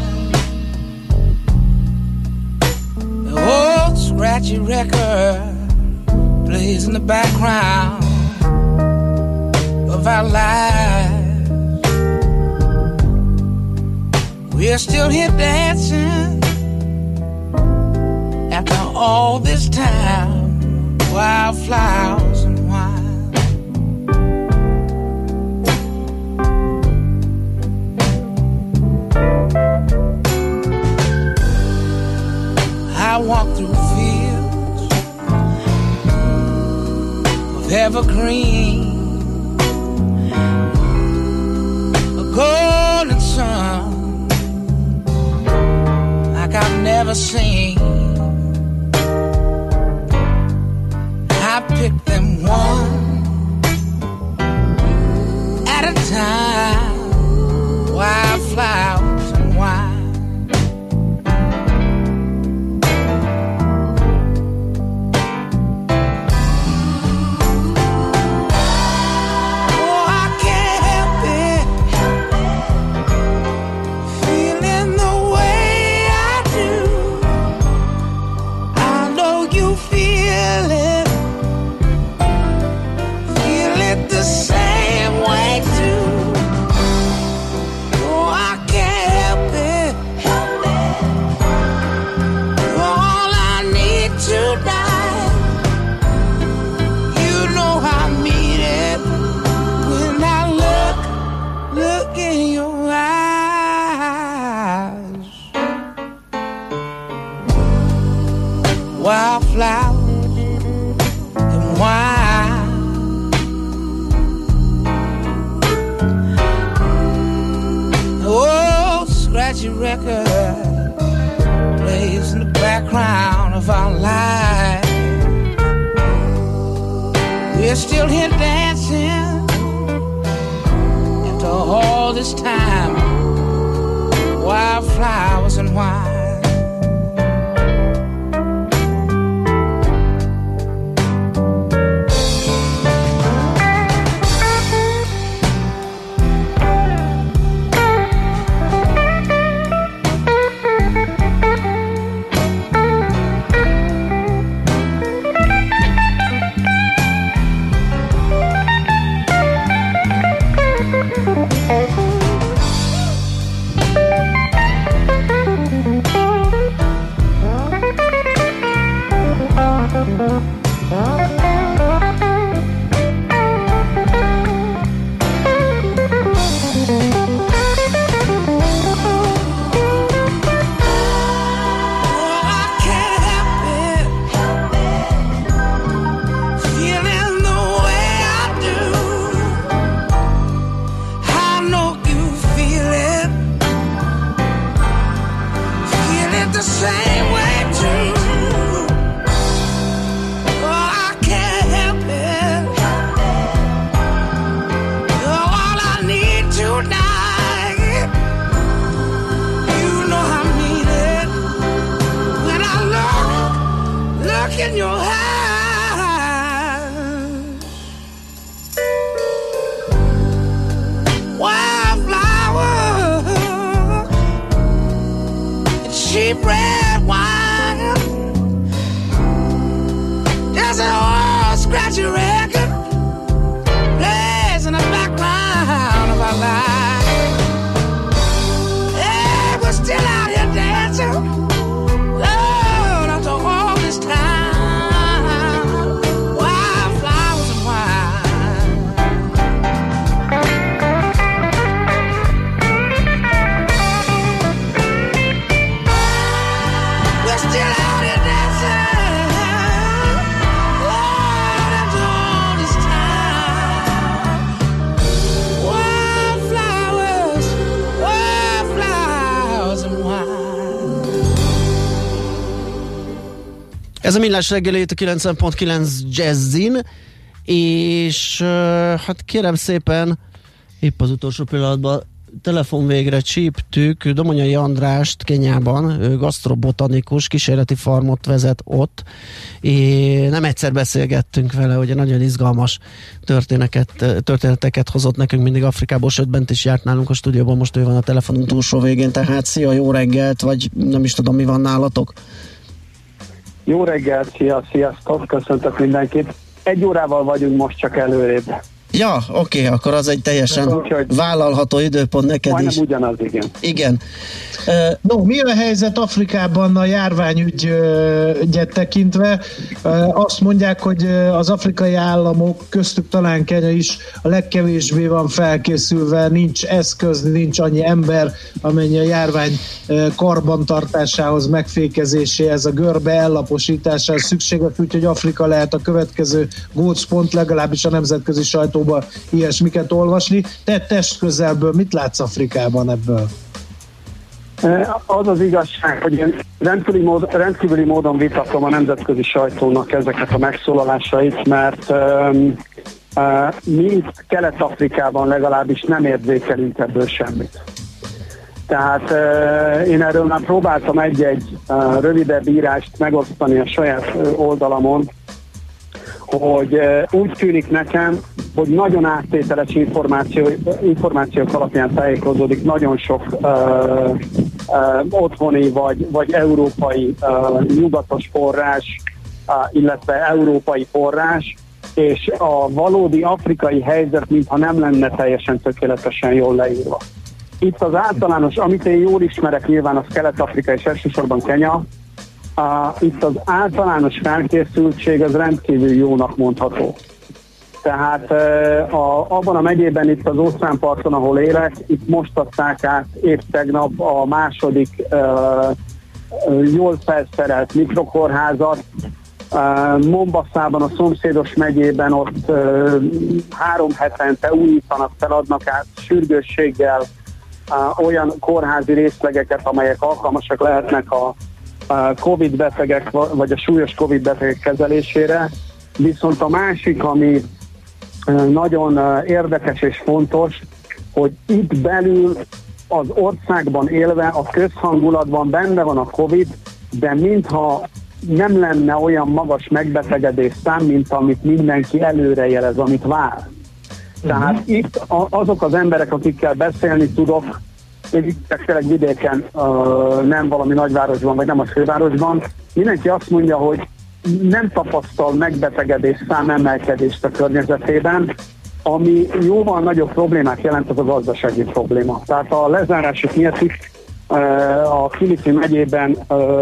the old scratchy record plays in the background of our lives. We're still here dancing after all this time. Wildflowers and wine. I walk through fields of evergreen, a golden sun like I've never seen. I pick them one at a time, wildflowers and wine. Oh, I can't help it, feeling the way I do. I know you feel it. The same way too. Oh, I can't help it. You're all I need tonight. You know I mean it when I look in your eyes. Wildflowers and wine. Oh, scratchy record plays in the background of our life. We're still here dancing after all this time. Wildflowers and wine. In your eyes, wildflower, and she breaks. red wine. There's an old scratchy record plays in the background of our life. Yeah, we're still out here dancing. Ez a Millás reggeli itt a 90.9 Jazzin, és hát kérem szépen, épp az utolsó pillanatban telefon végre csíptük Domonyai Andrást Kenyában, ő gasztrobotanikus, kísérleti farmot vezet ott, és nem egyszer beszélgettünk vele, ugye nagyon izgalmas történeteket hozott nekünk mindig Afrikából, sőt bent is járt nálunk a stúdióban, most ő van a telefonunk túlsó végén, tehát szia, jó reggelt, vagy nem is tudom, mi van nálatok? Jó reggelt, sziasztok, köszöntök mindenkit. 1 órával vagyunk most csak előrébb. Ja, oké, akkor az egy teljesen vállalható időpont neked majdnem is. Ugyanaz, igen. Igen. No, mi a helyzet Afrikában a járványügyet tekintve? Azt mondják, hogy az afrikai államok, köztük talán Kenya is a legkevésbé van felkészülve, nincs eszköz, nincs annyi ember, amennyi a járvány karbantartásához, megfékezéséhez, a görbe ellaposításához szükséges, úgyhogy Afrika lehet a következő gócpont, legalábbis a nemzetközi sajtóban ilyesmiket olvasni. Te testközelből mit látsz Afrikában ebből? Az az igazság, hogy én rendkívüli módon vitatom a nemzetközi sajtónak ezeket a megszólalásait, mert mi itt Kelet-Afrikában legalábbis nem érzékelünk ebből semmit. Tehát én erről már próbáltam egy rövidebb írást megosztani a saját oldalamon, hogy úgy tűnik nekem, hogy nagyon áttételes információk alapján tájékozódik nagyon sok otthoni vagy európai nyugatos forrás, illetve európai forrás, és a valódi afrikai helyzet mintha nem lenne teljesen tökéletesen jól leírva. Itt az általános, amit én jól ismerek, nyilván az Kelet-Afrika és elsősorban Kenya, itt az általános felkészültség az rendkívül jónak mondható. Tehát abban a megyében, itt az óceánparton, ahol élek, itt most adták át épp tegnap a második jól felszerelt mikrokórházat. Mombaszában, a szomszédos megyében ott 3 hetente újítanak, feladnak át sürgősséggel olyan kórházi részlegeket, amelyek alkalmasak lehetnek a Covid betegek, vagy a súlyos Covid betegek kezelésére. Viszont a másik, ami nagyon érdekes és fontos, hogy itt belül az országban élve, a közhangulatban benne van a Covid, de mintha nem lenne olyan magas megbetegedés szám, mint amit mindenki előrejelez, amit vár. Tehát itt azok az emberek, akikkel beszélni tudok, én itt tényleg vidéken, nem valami nagyvárosban, vagy nem a fővárosban, mindenki azt mondja, hogy nem tapasztal megbetegedés számemelkedést a környezetében, ami jóval nagyobb problémát jelent, az a gazdasági probléma. Tehát a lezárások miatt itt a Kilifi megyében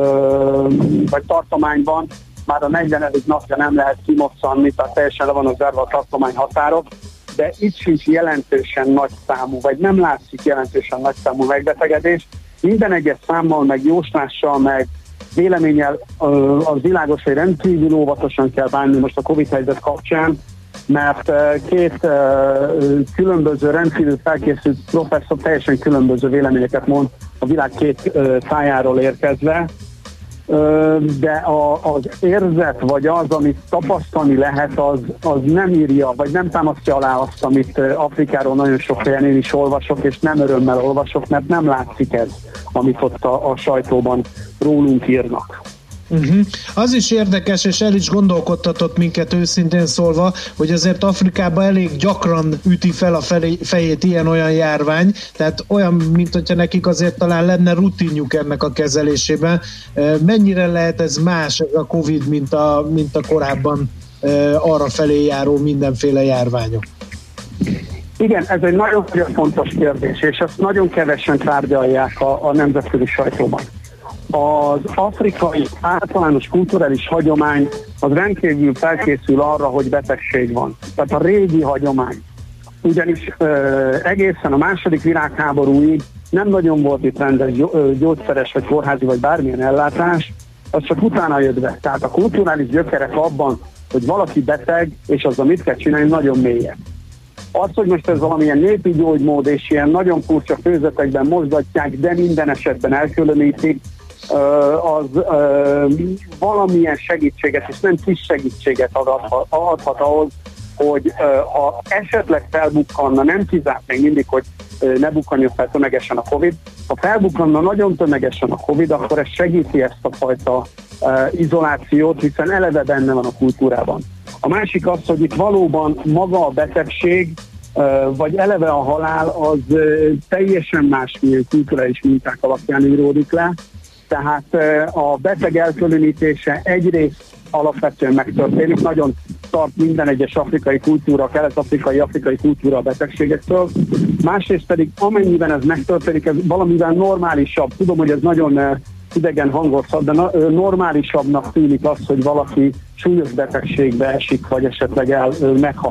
vagy tartományban már a 40. napja nem lehet kimosszanni, tehát teljesen le vannak zárva a tartomány határok, de itt sincs jelentősen nagy számú, vagy nem látszik jelentősen nagy számú megbetegedés. Minden egyes számmal, meg jóslással, meg véleménnyel az világos, hogy rendkívül óvatosan kell bánni most a Covid helyzet kapcsán, mert 2 különböző rendkívül felkészült professzor teljesen különböző véleményeket mond a világ 2 tájáról érkezve, de az érzet, vagy az, amit tapasztalni lehet, az nem írja, vagy nem támasztja alá azt, amit Afrikáról nagyon sok helyen én is olvasok, és nem örömmel olvasok, mert nem látszik ez, amit ott a sajtóban rólunk írnak. Az is érdekes, és el is gondolkodtatott minket őszintén szólva, hogy azért Afrikában elég gyakran üti fel a fejét ilyen-olyan járvány, tehát olyan, mint hogyha nekik azért talán lenne rutinjuk ennek a kezelésében. Mennyire lehet ez más, ez a Covid, mint a korábban arra felé járó mindenféle járványok? Igen, ez egy nagyon fontos kérdés, és ezt nagyon kevesen tárgyalják a nemzetközi sajtóban. Az afrikai általános kulturális hagyomány az rendkívül felkészül arra, hogy betegség van. Tehát a régi hagyomány. Ugyanis egészen a II. Világháborúig nem nagyon volt itt rendes gyógyszeres, vagy kórházi, vagy bármilyen ellátás, az csak utána jött be. Tehát a kulturális gyökerek abban, hogy valaki beteg, és azzal mit kell csinálni, nagyon mélyek. Az, hogy most ez valamilyen népi gyógymód, és ilyen nagyon furcsa főzetekben mozgatják, de minden esetben elkülönítik, az valamilyen segítséget, és nem kis segítséget adhat ahhoz, hogy ha esetleg felbukkanna, nem kizárt még mindig, hogy ne bukkanjon fel tömegesen a Covid, ha felbukkanna nagyon tömegesen a Covid, akkor ez segíti ezt a fajta izolációt, hiszen eleve benne van a kultúrában. A másik az, hogy itt valóban maga a betegség, vagy eleve a halál az teljesen másmilyen kulturális minták alapján íródik le, tehát a beteg elkülönítése egyrészt alapvetően megtörténik, nagyon tart minden egyes afrikai kultúra, kelet-afrikai, afrikai kultúra a betegségektől, másrészt pedig amennyiben ez megtörténik, ez valamivel normálisabb, tudom, hogy ez nagyon idegen hangozhat, de normálisabbnak tűnik az, hogy valaki súlyos betegségbe esik, vagy esetleg meghal.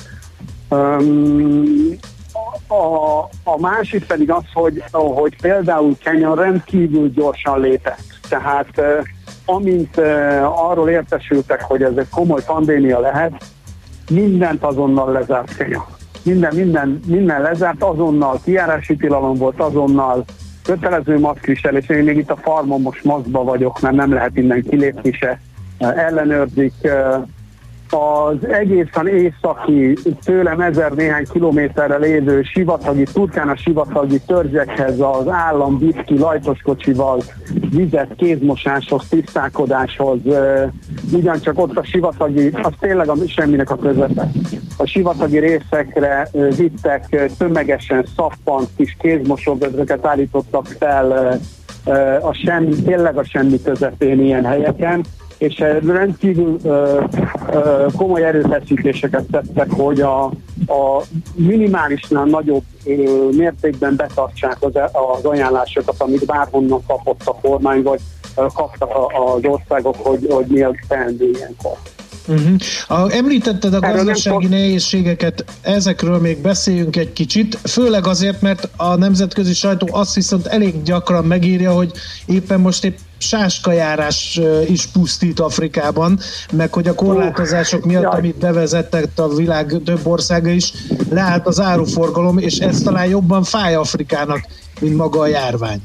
A másik pedig az, hogy például Kenya rendkívül gyorsan lépett. Tehát amint arról értesültek, hogy ez egy komoly pandémia lehet, mindent azonnal lezárt Kenya. Minden lezárt, azonnal kijárási tilalom volt, azonnal kötelező maszkviselés. Én még itt a farmon most maszkba vagyok, mert nem lehet innen kilépni se, ellenőrzik. Az egészen északi, tőlem 1000 néhány kilométerre lévő turkána sivatagi törzsekhez az állam visz ki lajtoskocsival vizet, kézmosáshoz, tisztálkodáshoz. Ugyancsak ott a sivatagi, az tényleg semminek a közepén. A sivatagi részekre vittek tömegesen szappant, kis kézmosógödröket állítottak fel tényleg a semmi közepén ilyen helyeken, és rendkívül komoly erőfeszítéseket tettek, hogy a minimálisnál nagyobb mértékben betartsák az ajánlásokat, amit bárhonnan kapott a kormány, vagy kaptak az országok, hogy mi az teendő ilyenkor. Említetted a gazdasági nehézségeket, ezekről még beszéljünk egy kicsit, főleg azért, mert a nemzetközi sajtó azt viszont elég gyakran megírja, hogy éppen sáskajárás is pusztít Afrikában, meg hogy a korlátozások miatt, amit bevezetett a világ több országa is, leállt az áruforgalom, és ez talán jobban fáj Afrikának, mint maga a járvány.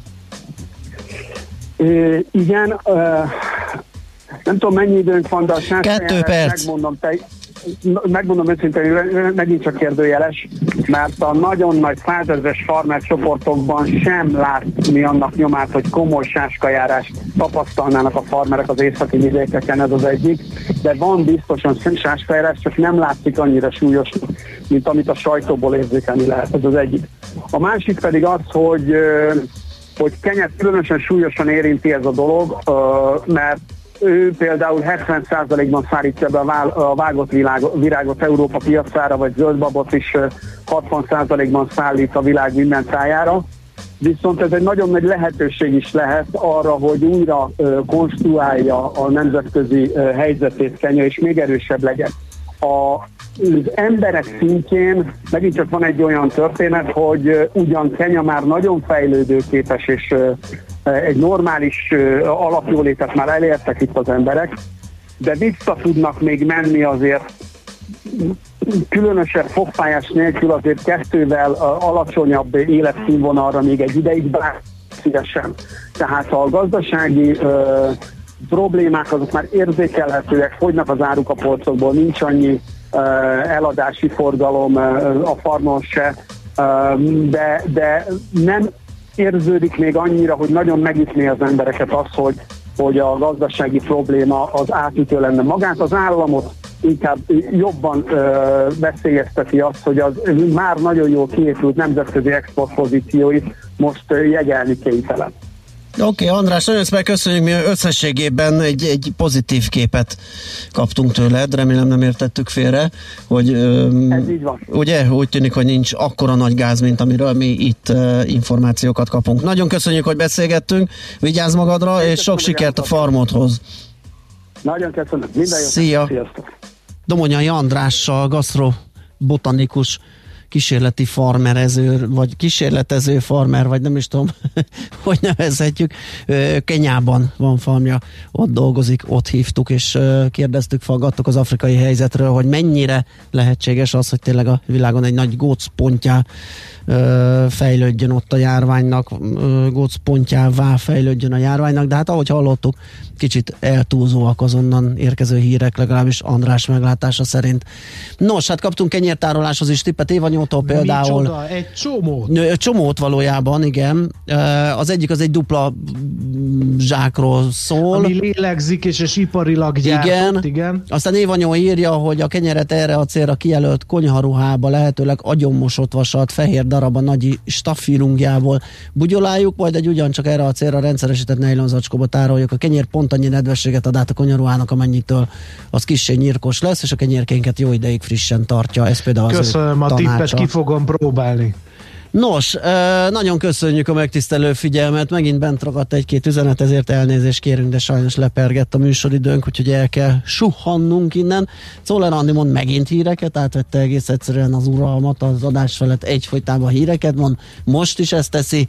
Igen, nem tudom mennyi időnk van, de a 2 perc. Megmondom őszintén, megint csak kérdőjeles, mert a nagyon nagy 100 000-es farmer csoportokban sem látni annak nyomát, hogy komoly sáskajárást tapasztalnának a farmerek az északi vidékeken, ez az egyik, de van biztosan sáskajárás, csak nem látszik annyira súlyos, mint amit a sajtóból érzékelni lehet, ez az egyik. A másik pedig az, hogy Kenyát különösen súlyosan érinti ez a dolog, mert ő például 70%-ban szállítja be a vágott virágot Európa piacára, vagy zöldbabot is 60%-ban szállít a világ minden tájára. Viszont ez egy nagyon nagy lehetőség is lehet arra, hogy újra konstruálja a nemzetközi helyzetét Kenya, és még erősebb legyen. Az emberek szintjén megint csak van egy olyan történet, hogy ugyan Kenya már nagyon fejlődőképes, és egy normális alapjólétet már elértek itt az emberek, de vissza tudnak még menni azért különösebb fogfájás nélkül azért 2-vel alacsonyabb életszínvonalra még egy ideig, bár szívesen. Tehát a gazdasági problémák azok már érzékelhetőek, fogynak az áruk a polcokból, nincs annyi eladási forgalom a farmon se, de nem érződik még annyira, hogy nagyon megütné az embereket az, hogy a gazdasági probléma az átütő lenne. Magát az államot inkább jobban veszélyezteti azt, hogy az már nagyon jól kiépült nemzetközi exportpozícióit most jegelni kénytelen. Oké, András, nagyon szépen köszönjük, mi összességében egy pozitív képet kaptunk tőled, remélem nem értettük félre, hogy ez így van. Ugye, úgy tűnik, hogy nincs akkora nagy gáz, mint amiről mi itt információkat kapunk. Nagyon köszönjük, hogy beszélgettünk, vigyázz magadra, és sok sikert a farmodhoz. Nagyon köszönöm, minden jót. Szia! Sziasztok! Domonyai Andrással, gasztrobotanikus kísérleti farmerező, vagy kísérletező farmer, vagy nem is tudom, hogy nevezhetjük. Kenyában van farmja, ott dolgozik, ott hívtuk, és kérdeztük, faggattuk az afrikai helyzetről, hogy mennyire lehetséges az, hogy tényleg a világon egy nagy gócpontjá fejlődjön ott a járványnak, gócpontjává fejlődjön a járványnak, de hát ahogy hallottuk, kicsit eltúlzóak az onnan érkező hírek, legalábbis András meglátása szerint. Nos, hát kaptunk kenyértároláshoz is tippet Évanyótól például. Micsoda, egy csomót. Csomót valójában, igen. Az egyik az egy dupla zsákról szól. Ami lélegzik és iparilag gyártott, igen. Aztán Évanyó írja, hogy a kenyeret erre a célra kijelölt konyharuhába lehetőleg agyonmosott vasat, fehér darab a nagy staffírungjából bugyoláljuk, majd egy ugyancsak erre a célra rendszeresített nejlonzacskóba tároljuk. A kenyér pont annyi nedvességet ad át a konyharuhának, amennyitől az kissé nyírkos lesz, és a kenyérkénket jó ideig frissen tartja. Ez például az köszönöm a tippet, ki fogom próbálni. Nos, nagyon köszönjük a megtisztelő figyelmet, megint bent ragadt egy-két üzenet, ezért elnézést kérünk, de sajnos lepergett a műsoridőnk, úgyhogy el kell suhannunk innen. Czoller Andi mond megint híreket, átvette egész egyszerűen az uralmat, az adás felett egyfolytában híreket mond, most is ezt teszi.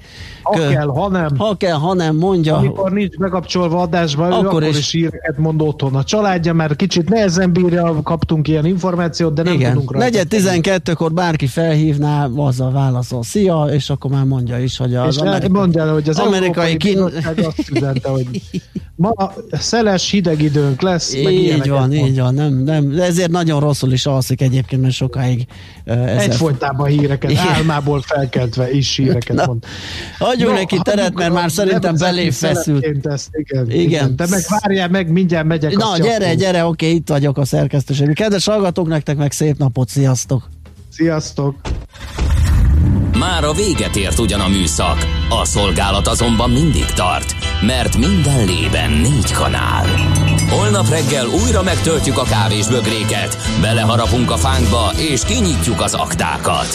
Ha kell, ha nem, mondja. Amikor nincs bekapcsolva adásba, akkor is híreket mond otthon. A családja már kicsit nehezen bírja, kaptunk ilyen információt, de nem tudunk rá. 4:12-kor bárki felhívná, azzal válaszol. Szia, és akkor már mondja is, hogy az amerikai bizottság azt üzente, hogy ma szeles, hideg időnk lesz. Így van, nem, ezért nagyon rosszul is alszik egyébként, mert sokáig egyfolytában híreket, álmából felkeltve is híreket mond. Adjunk neki teret, mert már szerintem belé feszült. Igen. Te meg várjál meg, mindjárt megyek. Na, gyere, oké, itt vagyok a szerkesztőség. Kedves hallgatók, nektek meg szép napot, sziasztok! Sziasztok! Már a véget ért ugyan a műszak, a szolgálat azonban mindig tart, mert minden lében 4 kanál. Holnap reggel újra megtöltjük a kávésbögréket, beleharapunk a fánkba és kinyitjuk az aktákat.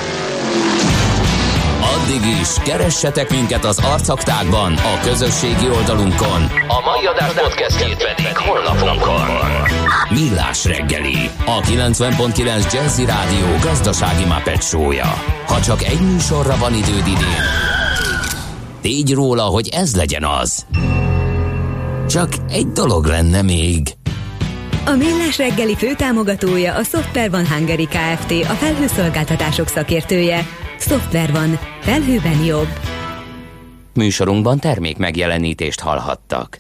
Addig is keressetek minket az arcaktákban, a közösségi oldalunkon. A mai adás podcastjét pedig honlapunkon. Millás reggeli, a 90.9 Jazzy Rádió gazdasági Muppet show-ja. Ha csak egy műsorra van időd idén, tégy róla, hogy ez legyen az. Csak egy dolog lenne még. A Millás reggeli főtámogatója a Software One Hungary Kft., a felhőszolgáltatások szakértője. Software One. Felhőben jobb. Műsorunkban termék megjelenítést hallhattak.